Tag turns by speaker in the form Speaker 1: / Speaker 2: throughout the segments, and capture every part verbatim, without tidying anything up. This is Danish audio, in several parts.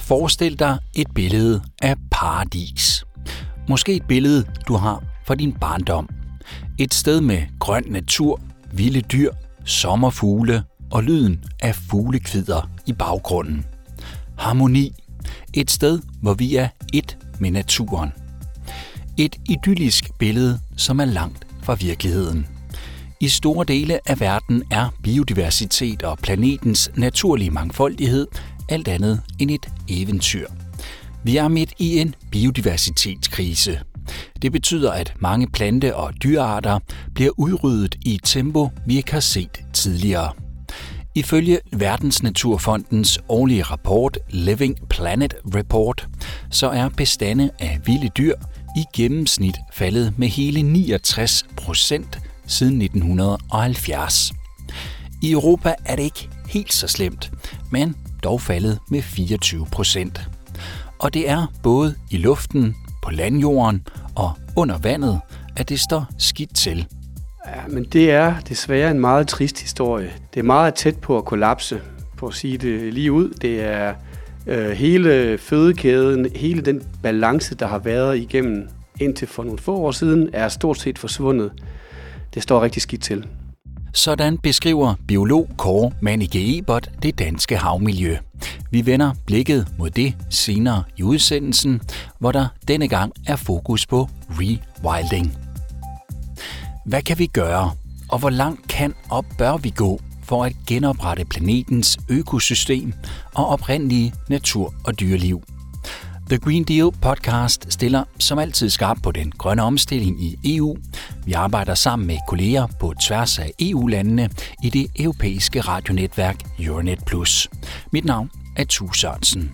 Speaker 1: Forestil dig et billede af paradis. Måske et billede, du har fra din barndom. Et sted med grøn natur, vilde dyr, sommerfugle og lyden af fuglekvidder i baggrunden. Harmoni. Et sted, hvor vi er ét med naturen. Et idyllisk billede, som er langt fra virkeligheden. I store dele af verden er biodiversitet og planetens naturlige mangfoldighed alt andet end et eventyr. Vi er midt i en biodiversitetskrise. Det betyder, at mange plante- og dyrearter bliver udryddet i et tempo, vi ikke har set tidligere. Ifølge Verdensnaturfondens årlige rapport Living Planet Report, så er bestande af vilde dyr i gennemsnit faldet med hele niogtres procent siden nitten halvfjerds. I Europa er det ikke helt så slemt, men dog faldet med fireogtyve procent. Og det er både i luften, på landjorden og under vandet, at det står skidt til.
Speaker 2: Ja, men det er desværre en meget trist historie. Det er meget tæt på at kollapse, på at sige det lige ud. Det er øh, hele fødekæden, hele den balance, der har været igennem indtil for nogle få år siden, er stort set forsvundet. Det står rigtig skidt til.
Speaker 1: Sådan beskriver biolog Kåre Manniche Ebert det danske havmiljø. Vi vender blikket mod det senere i udsendelsen, hvor der denne gang er fokus på rewilding. Hvad kan vi gøre, og hvor langt kan og bør vi gå for at genoprette planetens økosystem og oprindelige natur- og dyreliv? The Green Deal podcast stiller som altid skarpt på den grønne omstilling i E U. Vi arbejder sammen med kolleger på tværs af E U-landene i det europæiske radionetværk Euronet Plus. Mit navn er Tue Sørensen.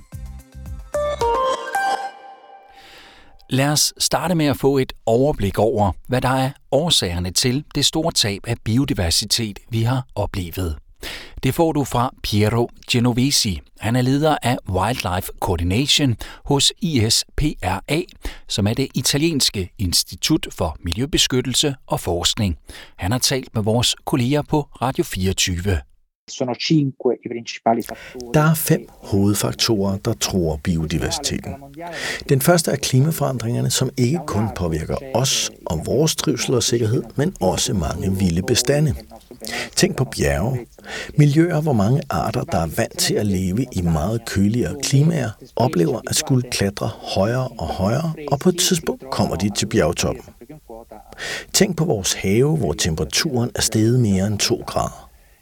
Speaker 1: Lad os starte med at få et overblik over, hvad der er årsagerne til det store tab af biodiversitet, vi har oplevet. Det får du fra Piero Genovesi. Han er leder af Wildlife Coordination hos I S P R A, som er det italienske institut for miljøbeskyttelse og forskning. Han har talt med vores kolleger på Radio fireogtyve.
Speaker 3: Der er fem hovedfaktorer, der truer biodiversiteten. Den første er klimaforandringerne, som ikke kun påvirker os og vores trivsel og sikkerhed, men også mange vilde bestande. Tænk på bjerge. Miljøer, hvor mange arter, der er vant til at leve i meget køligere klimaer, oplever at skulle klatre højere og højere, og på et tidspunkt kommer de til bjergtoppen. Tænk på vores have, hvor temperaturen er steget mere end to grader.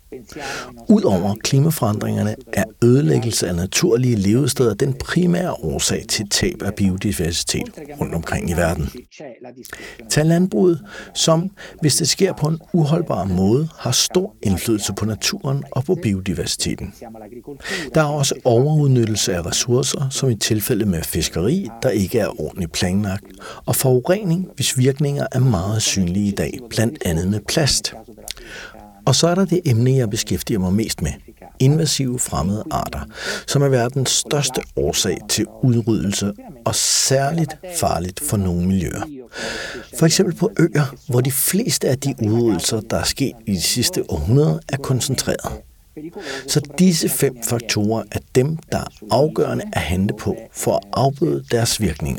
Speaker 3: Udover klimaforandringerne er ødelæggelse af naturlige levesteder den primære årsag til tab af biodiversitet rundt omkring i verden. Tag landbruget, som, hvis det sker på en uholdbar måde, har stor indflydelse på naturen og på biodiversiteten. Der er også overudnyttelse af ressourcer, som i tilfælde med fiskeri, der ikke er ordentligt planlagt, og forurening, hvis virkninger er meget synlige i dag, blandt andet med plast. Og så er der det emne, jeg beskæftiger mig mest med. Invasive fremmede arter, som er verdens største årsag til udryddelse og særligt farligt for nogle miljøer. For eksempel på øer, hvor de fleste af de udryddelser, der er sket i de sidste århundreder, er koncentreret. Så disse fem faktorer er dem, der er afgørende at handle på for at afbøde deres virkninger.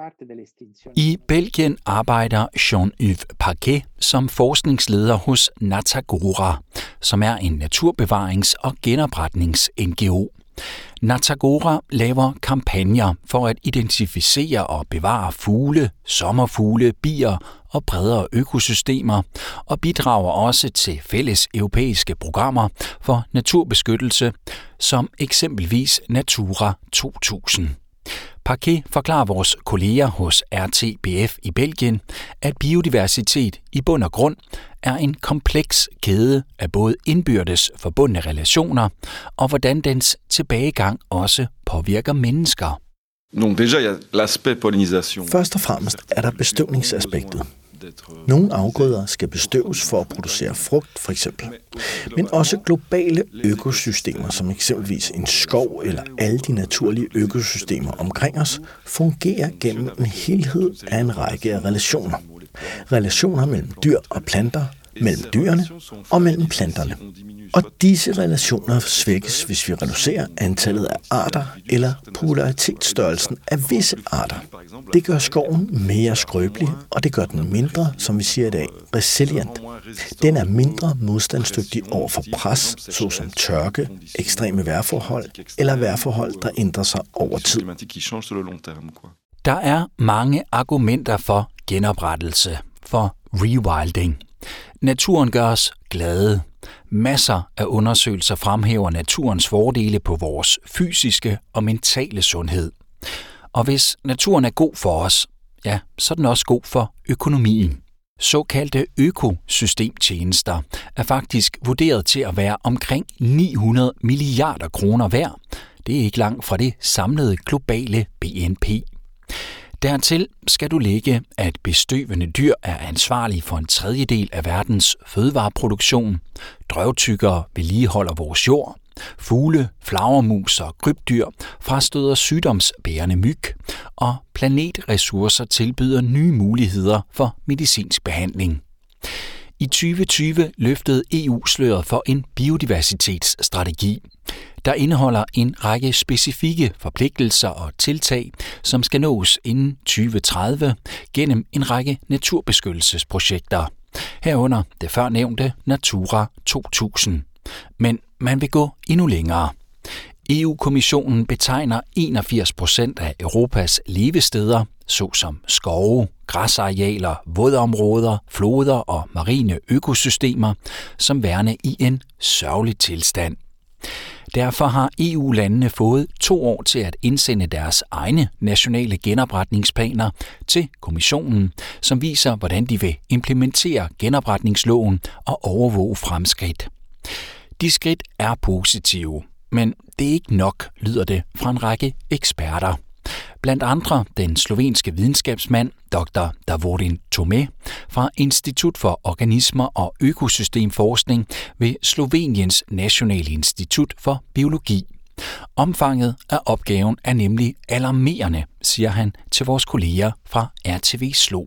Speaker 1: I Belgien arbejder Jean-Yves Paquet som forskningsleder hos Natagora, som er en naturbevarings- og genopretnings-N G O. Natagora laver kampagner for at identificere og bevare fugle, sommerfugle, bier og bredere økosystemer, og bidrager også til fælles europæiske programmer for naturbeskyttelse, som eksempelvis Natura to tusind. Paquet forklarer vores kolleger hos R T B F i Belgien, at biodiversitet i bund og grund er en kompleks kæde af både indbyrdes forbundne relationer, og hvordan dens tilbagegang også påvirker mennesker.
Speaker 3: Først og fremmest er der bestøvningsaspektet. Nogle afgrøder skal bestøves for at producere frugt, for eksempel. Men også globale økosystemer, som eksempelvis en skov eller alle de naturlige økosystemer omkring os, fungerer gennem en helhed af en række af relationer. Relationer mellem dyr og planter, mellem dyrene og mellem planterne. Og disse relationer svækkes, hvis vi reducerer antallet af arter eller popularitetsstørrelsen af visse arter. Det gør skoven mere skrøbelig, og det gør den mindre, som vi siger i dag, resilient. Den er mindre modstandsdygtig over for pres, såsom tørke, ekstreme vejrforhold eller vejrforhold, der ændrer sig over tid.
Speaker 1: Der er mange argumenter for genoprettelse, for rewilding. Naturen gør os glade. Masser af undersøgelser fremhæver naturens fordele på vores fysiske og mentale sundhed. Og hvis naturen er god for os, ja, så er den også god for økonomien. Såkaldte økosystemtjenester er faktisk vurderet til at være omkring ni hundrede milliarder kroner værd. Det er ikke langt fra det samlede globale B N P. Dertil skal du lægge, at bestøvende dyr er ansvarlige for en tredjedel af verdens fødevareproduktion. Drøvtyggere vedligeholder vores jord. Fugle, flagermus og krybdyr frastøder sygdomsbærende myg, og planetressourcer tilbyder nye muligheder for medicinsk behandling. I tyve tyve løftede E U sløret for en biodiversitetsstrategi, der indeholder en række specifikke forpligtelser og tiltag, som skal nås inden tyve tredive gennem en række naturbeskyttelsesprojekter, herunder det førnævnte Natura to tusind. Men man vil gå endnu længere. E U-kommissionen betegner enogfirs procent af Europas levesteder, såsom skove, græsarealer, vådområder, floder og marine økosystemer, som værende i en sørgelig tilstand. Derfor har E U-landene fået to år til at indsende deres egne nationale genopretningsplaner til kommissionen, som viser, hvordan de vil implementere genopretningsloven og overvåge fremskridt. De skridt er positive, men det er ikke nok, lyder det fra en række eksperter. Blandt andre den slovenske videnskabsmand doktor Davorin Tome fra Institut for Organismer og Økosystemforskning ved Sloveniens Nationale Institut for Biologi. Omfanget af opgaven er nemlig alarmerende, siger han til vores kolleger fra R T V Slo.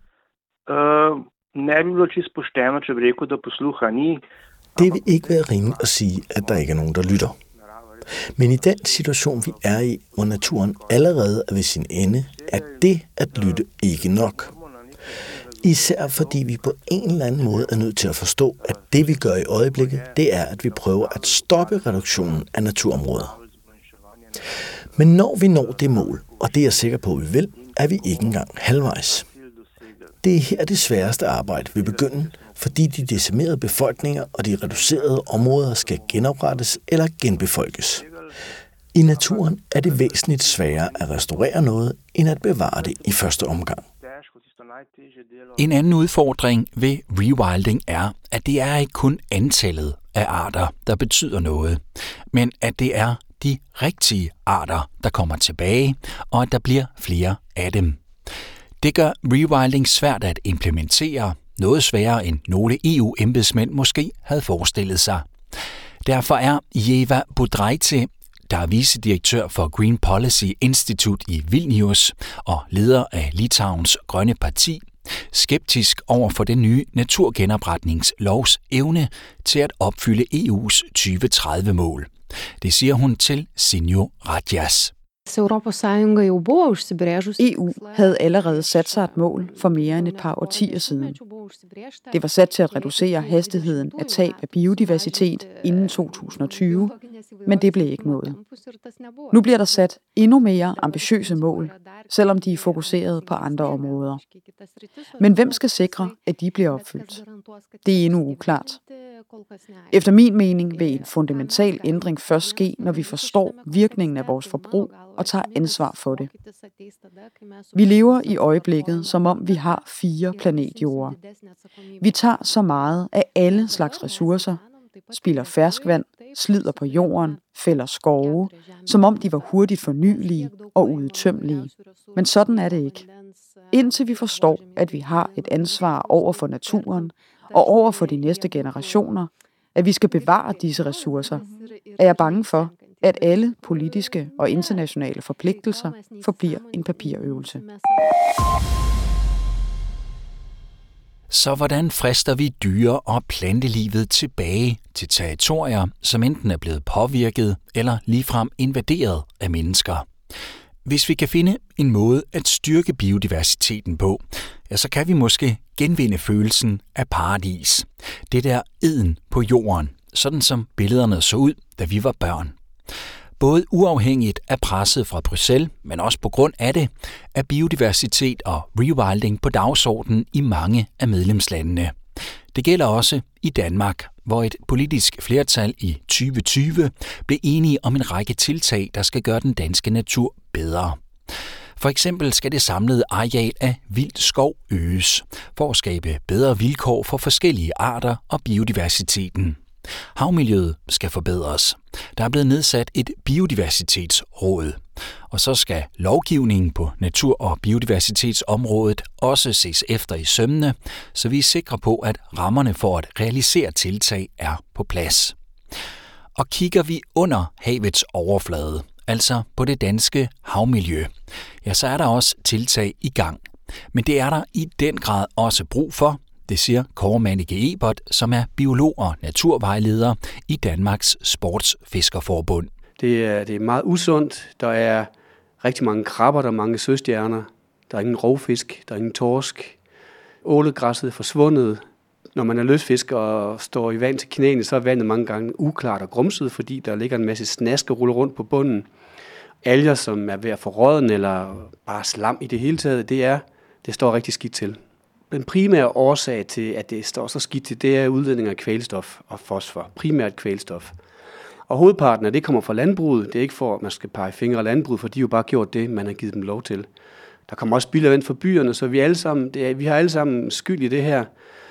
Speaker 3: Det vil ikke være rimeligt at sige, at der ikke er nogen, der lytter. Men i den situation, vi er i, hvor naturen allerede er ved sin ende, er det at lytte ikke nok. Især fordi vi på en eller anden måde er nødt til at forstå, at det vi gør i øjeblikket, det er, at vi prøver at stoppe reduktionen af naturområder. Men når vi når det mål, og det er jeg sikker på, at vi vil, er vi ikke engang halvvejs. Det er her det sværeste arbejde vil begynde, fordi de decimerede befolkninger og de reducerede områder skal genoprettes eller genbefolkes. I naturen er det væsentligt sværere at restaurere noget, end at bevare det i første omgang.
Speaker 1: En anden udfordring ved rewilding er, at det er ikke kun antallet af arter, der betyder noget, men at det er de rigtige arter, der kommer tilbage, og at der bliver flere af dem. Det gør rewilding svært at implementere, noget sværere end nogle E U-embedsmænd måske havde forestillet sig. Derfor er Jeva Budraite, der er vicedirektør for Green Policy Institute i Vilnius og leder af Litauens Grønne Parti, skeptisk over for den nye naturgenopretningslovs evne til at opfylde E U's tyve tredive-mål. Det siger hun til Sinjo Radjas.
Speaker 4: E U havde allerede sat sig et mål for mere end et par årtier siden. Det var sat til at reducere hastigheden af tab af biodiversitet inden to tusind og tyve, men det blev ikke nået. Nu bliver der sat endnu mere ambitiøse mål, selvom de er fokuseret på andre områder. Men hvem skal sikre, at de bliver opfyldt? Det er endnu uklart. Efter min mening vil en fundamental ændring først ske, når vi forstår virkningen af vores forbrug og tager ansvar for det. Vi lever i øjeblikket, som om vi har fire planetjorder. Vi tager så meget af alle slags ressourcer, spilder ferskvand, slider på jorden, fælder skove, som om de var hurtigt fornyelige og uudtømmelige. Men sådan er det ikke. Indtil vi forstår, at vi har et ansvar over for naturen og over for de næste generationer, at vi skal bevare disse ressourcer, er jeg bange for, at alle politiske og internationale forpligtelser forbliver en papirøvelse.
Speaker 1: Så hvordan frister vi dyre- og plantelivet tilbage til territorier, som enten er blevet påvirket eller ligefrem invaderet af mennesker? Hvis vi kan finde en måde at styrke biodiversiteten på, ja, så kan vi måske genvinde følelsen af paradis. Det der eden på jorden, sådan som billederne så ud, da vi var børn. Både uafhængigt af presset fra Bruxelles, men også på grund af det, er biodiversitet og rewilding på dagsordenen i mange af medlemslandene. Det gælder også i Danmark, hvor et politisk flertal i tyve tyve blev enige om en række tiltag, der skal gøre den danske natur bedre. For eksempel skal det samlede areal af vild skov øges, for at skabe bedre vilkår for forskellige arter og biodiversiteten. Havmiljøet skal forbedres. Der er blevet nedsat et biodiversitetsråd. Og så skal lovgivningen på natur- og biodiversitetsområdet også ses efter i sømmene, så vi er sikre på, at rammerne for at realisere tiltag er på plads. Og kigger vi under havets overflade, altså på det danske havmiljø, ja, så er der også tiltag i gang. Men det er der i den grad også brug for. Det siger Kåre Mannicke Ebert, som er biolog og naturvejleder i Danmarks Sportsfiskerforbund.
Speaker 2: Det er, det er meget usundt. Der er rigtig mange krabber, der er mange søstjerner. Der er ingen rovfisk, der er ingen torsk. Ålegræsset er forsvundet. Når man er løsfisker og står i vand til knæene, så er vandet mange gange uklart og grumset, fordi der ligger en masse snask og ruller rundt på bunden. Alger, som er ved at få råden eller bare slam i det hele taget, det, er, det står rigtig skidt til. Den primære årsag til, at det står så skidt til, det er udledning af kvælstof og fosfor. Primært kvælstof. Og hovedparten af det kommer fra landbruget. Det er ikke for, at man skal pege fingre af landbruget, for de har jo bare gjort det, man har givet dem lov til. Der kommer også spildevand fra byerne, så vi, alle sammen, det er, vi har alle sammen skyld i det her.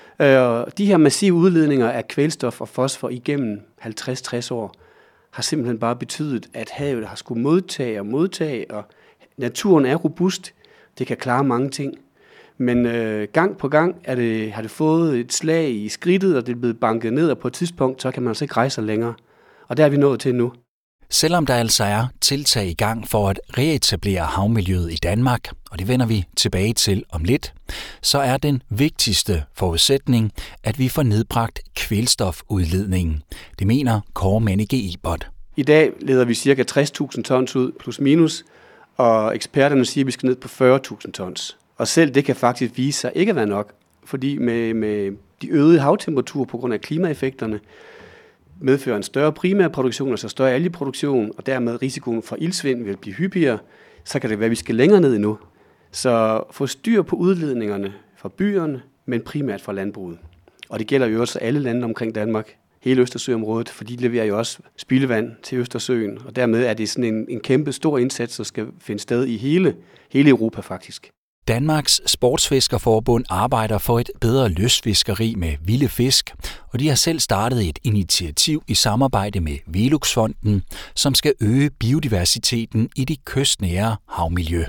Speaker 2: Øh, de her massive udledninger af kvælstof og fosfor igennem halvtreds til tres år har simpelthen bare betydet, at havet har skulle modtage og modtage, og naturen er robust. Det kan klare mange ting. Men øh, gang på gang er det, har det fået et slag i skridtet, og det er blevet banket ned, og på et tidspunkt, så kan man altså ikke rejse sig længere. Og der er vi nået til nu.
Speaker 1: Selvom der altså er tiltag i gang for at reetablere havmiljøet i Danmark, og det vender vi tilbage til om lidt, så er den vigtigste forudsætning, at vi får nedbragt kvælstofudledningen. Det mener Kåre Mannicke Ebert.
Speaker 2: I dag leder vi ca. tres tusind tons ud, plus minus, og eksperterne siger, at vi skal ned på fyrre tusind tons. Og selv det kan faktisk vise sig ikke at være nok, fordi med, med de øgede havtemperaturer på grund af klimaeffekterne, medfører en større primærproduktion, altså større algeproduktion, og dermed risikoen for iltsvind vil blive hyppigere, så kan det være, at vi skal længere ned endnu. Så få styr på udledningerne fra byerne, men primært fra landbruget. Og det gælder jo også alle lande omkring Danmark, hele Østersøområdet, for de leverer jo også spildevand til Østersøen, og dermed er det sådan en, en kæmpe stor indsats, der skal finde sted i hele, hele Europa faktisk.
Speaker 1: Danmarks Sportsfiskerforbund arbejder for et bedre lystfiskeri med vilde fisk, og de har selv startet et initiativ i samarbejde med Veluxfonden, som skal øge biodiversiteten i de kystnære havmiljø.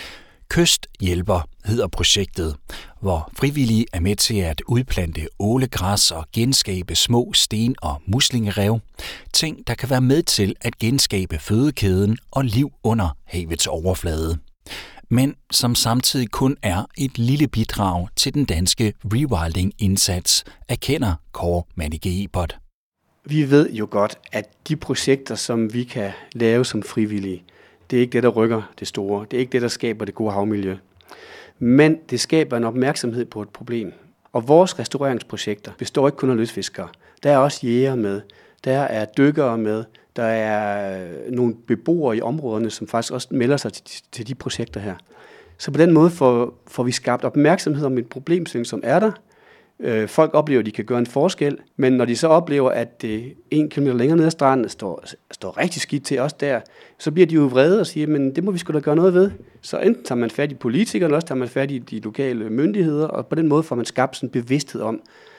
Speaker 1: Kysthjælper hedder projektet, hvor frivillige er med til at udplante ålegræs og genskabe små sten- og muslingerev. Ting, der kan være med til at genskabe fødekæden og liv under havets overflade. Men som samtidig kun er et lille bidrag til den danske rewilding-indsats, erkender Kåre Mannicke Ebert.
Speaker 2: Vi ved jo godt, at de projekter, som vi kan lave som frivillige, det er ikke det, der rykker det store. Det er ikke det, der skaber det gode havmiljø. Men det skaber en opmærksomhed på et problem. Og vores restaureringsprojekter består ikke kun af lystfiskere. Der er også jæger med. Der er dykkere med. Der er nogle beboere i områderne, som faktisk også melder sig til de projekter her. Så på den måde får, får vi skabt opmærksomhed om et problemstilling, som er der. Folk oplever, at de kan gøre en forskel, men når de så oplever, at det en kilometer længere ned ad stranden står, står rigtig skidt til os der, så bliver de jo vrede og siger, men det må vi sgu da gøre noget ved. Så enten tager man fat i politikere, eller også tager man fat i de lokale myndigheder, og på den måde får man skabt sådan en bevidsthed om,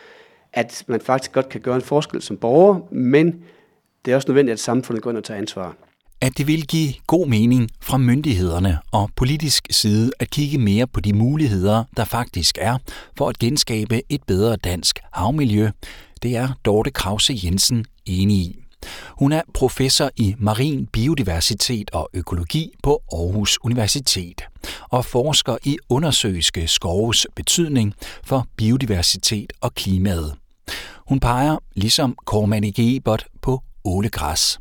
Speaker 2: at man faktisk godt kan gøre en forskel som borger, men det er også nødvendigt, at samfundet går ind og tager ansvar.
Speaker 1: At det vil give god mening fra myndighederne og politisk side at kigge mere på de muligheder, der faktisk er for at genskabe et bedre dansk havmiljø, det er Dorte Krause Jensen enig i. Hun er professor i marin biodiversitet og økologi på Aarhus Universitet og forsker i undersøiske skoves betydning for biodiversitet og klimaet. Hun peger, ligesom Kåre Egebert, på ålegræs.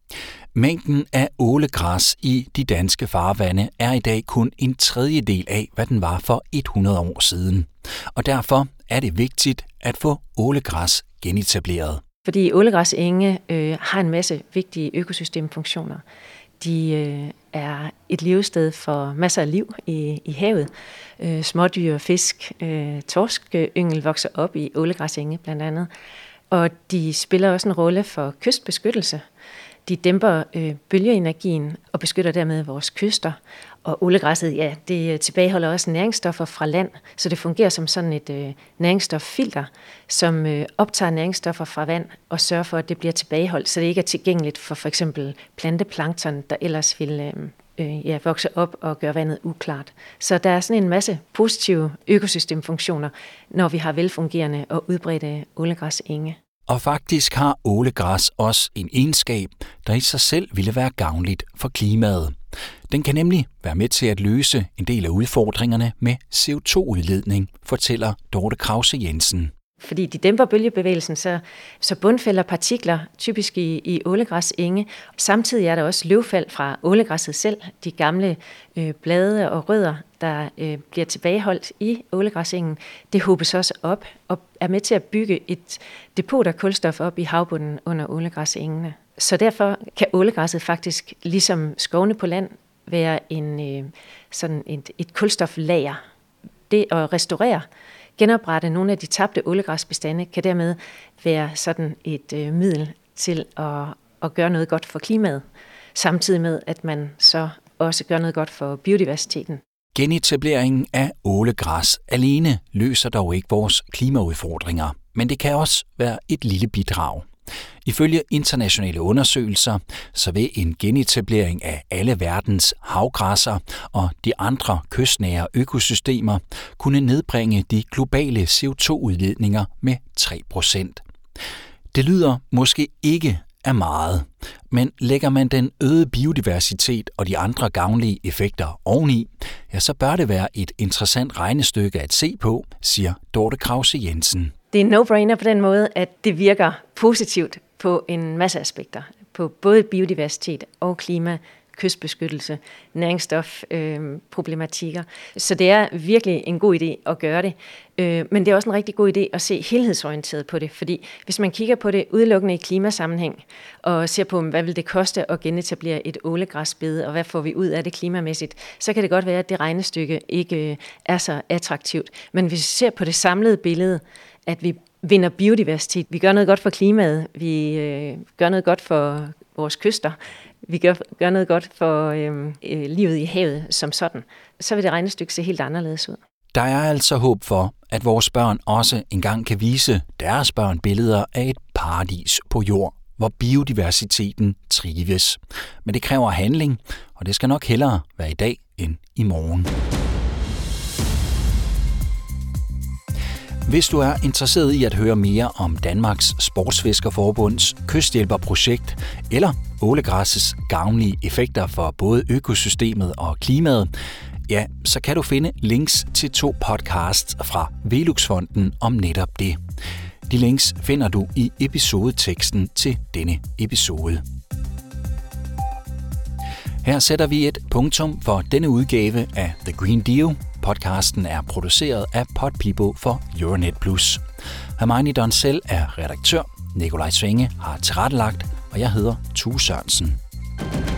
Speaker 1: Mængden af ålegræs i de danske farvande er i dag kun en tredjedel af, hvad den var for hundrede år siden. Og derfor er det vigtigt at få ålegræs genetableret.
Speaker 5: Fordi ålegræsenge øh, har en masse vigtige økosystemfunktioner. De øh, er et levested for masser af liv i, i havet. Øh, smådyr, fisk, øh, torskyngel vokser op i ålegræsenge blandt andet. Og de spiller også en rolle for kystbeskyttelse. De dæmper øh, bølgeenergien og beskytter dermed vores kyster. Og ålegræsset, ja, det tilbageholder også næringsstoffer fra land, så det fungerer som sådan et øh, næringsstoffilter, som øh, optager næringsstoffer fra vand og sørger for, at det bliver tilbageholdt, så det ikke er tilgængeligt for for eksempel planteplankton, der ellers vil øh, øh, ja, vokse op og gøre vandet uklart. Så der er sådan en masse positive økosystemfunktioner, når vi har velfungerende og udbredte ålegræsenge.
Speaker 1: Og faktisk har ålegræs også en egenskab, der i sig selv ville være gavnligt for klimaet. Den kan nemlig være med til at løse en del af udfordringerne med C O to udledning, fortæller Dorte Krause Jensen.
Speaker 5: Fordi de dæmper bølgebevægelsen, så, så bundfælder partikler typisk i, i ålegræsenge. Samtidig er der også løvfald fra ålegræsset selv, de gamle øh, blade og rødder, der øh, bliver tilbageholdt i ålegræsengen. Det hobes også op og er med til at bygge et depot af kulstof op i havbunden under ålegræsengene. Så derfor kan ålegræsset faktisk, ligesom skovene på land, være en, øh, sådan et, et kulstoflager. Det at restaurere, genoprette nogle af de tabte ålegræsbestande kan dermed være sådan et øh, middel til at, at gøre noget godt for klimaet, samtidig med, at man så også gør noget godt for biodiversiteten.
Speaker 1: Genetableringen af ålegræs alene løser dog ikke vores klimaudfordringer, men det kan også være et lille bidrag. Ifølge internationale undersøgelser, så vil en genetablering af alle verdens havgræsser og de andre kystnære økosystemer kunne nedbringe de globale C O to udledninger med tre procent. Det lyder måske ikke af meget, men lægger man den øgede biodiversitet og de andre gavnlige effekter oveni, ja, så bør det være et interessant regnestykke at se på, siger Dorte Krause Jensen.
Speaker 5: Det er en no-brainer på den måde, at det virker positivt på en masse aspekter. På både biodiversitet og klima, kystbeskyttelse, næringsstofproblematikker. Øh, Så det er virkelig en god idé at gøre det. Øh, men det er også en rigtig god idé at se helhedsorienteret på det. Fordi hvis man kigger på det udelukkende i klimasammenhæng, og ser på, hvad vil det koste at genetablere et ålegræsbede, og hvad får vi ud af det klimamæssigt, så kan det godt være, at det regnestykke ikke er så attraktivt. Men hvis vi ser på det samlede billede, at vi vinder biodiversitet, vi gør noget godt for klimaet, vi øh, gør noget godt for vores kyster, vi gør, gør noget godt for øh, øh, livet i havet som sådan, så vil det regnestykke se helt anderledes ud.
Speaker 1: Der er altså håb for, at vores børn også engang kan vise deres børn billeder af et paradis på jord, hvor biodiversiteten trives. Men det kræver handling, og det skal nok hellere være i dag end i morgen. Hvis du er interesseret i at høre mere om Danmarks Sportsfiskerforbunds kysthjælperprojekt eller ålegræssets gavnlige effekter for både økosystemet og klimaet, ja, så kan du finde links til to podcasts fra Veluxfonden om netop det. De links finder du i episodeteksten til denne episode. Her sætter vi et punktum for denne udgave af The Green Deal. Podcasten er produceret af Podpeople for Euronet Plus. Hermione Donsel er redaktør, Nikolaj Svinge har tilrettelagt, og jeg hedder Tue Sørensen.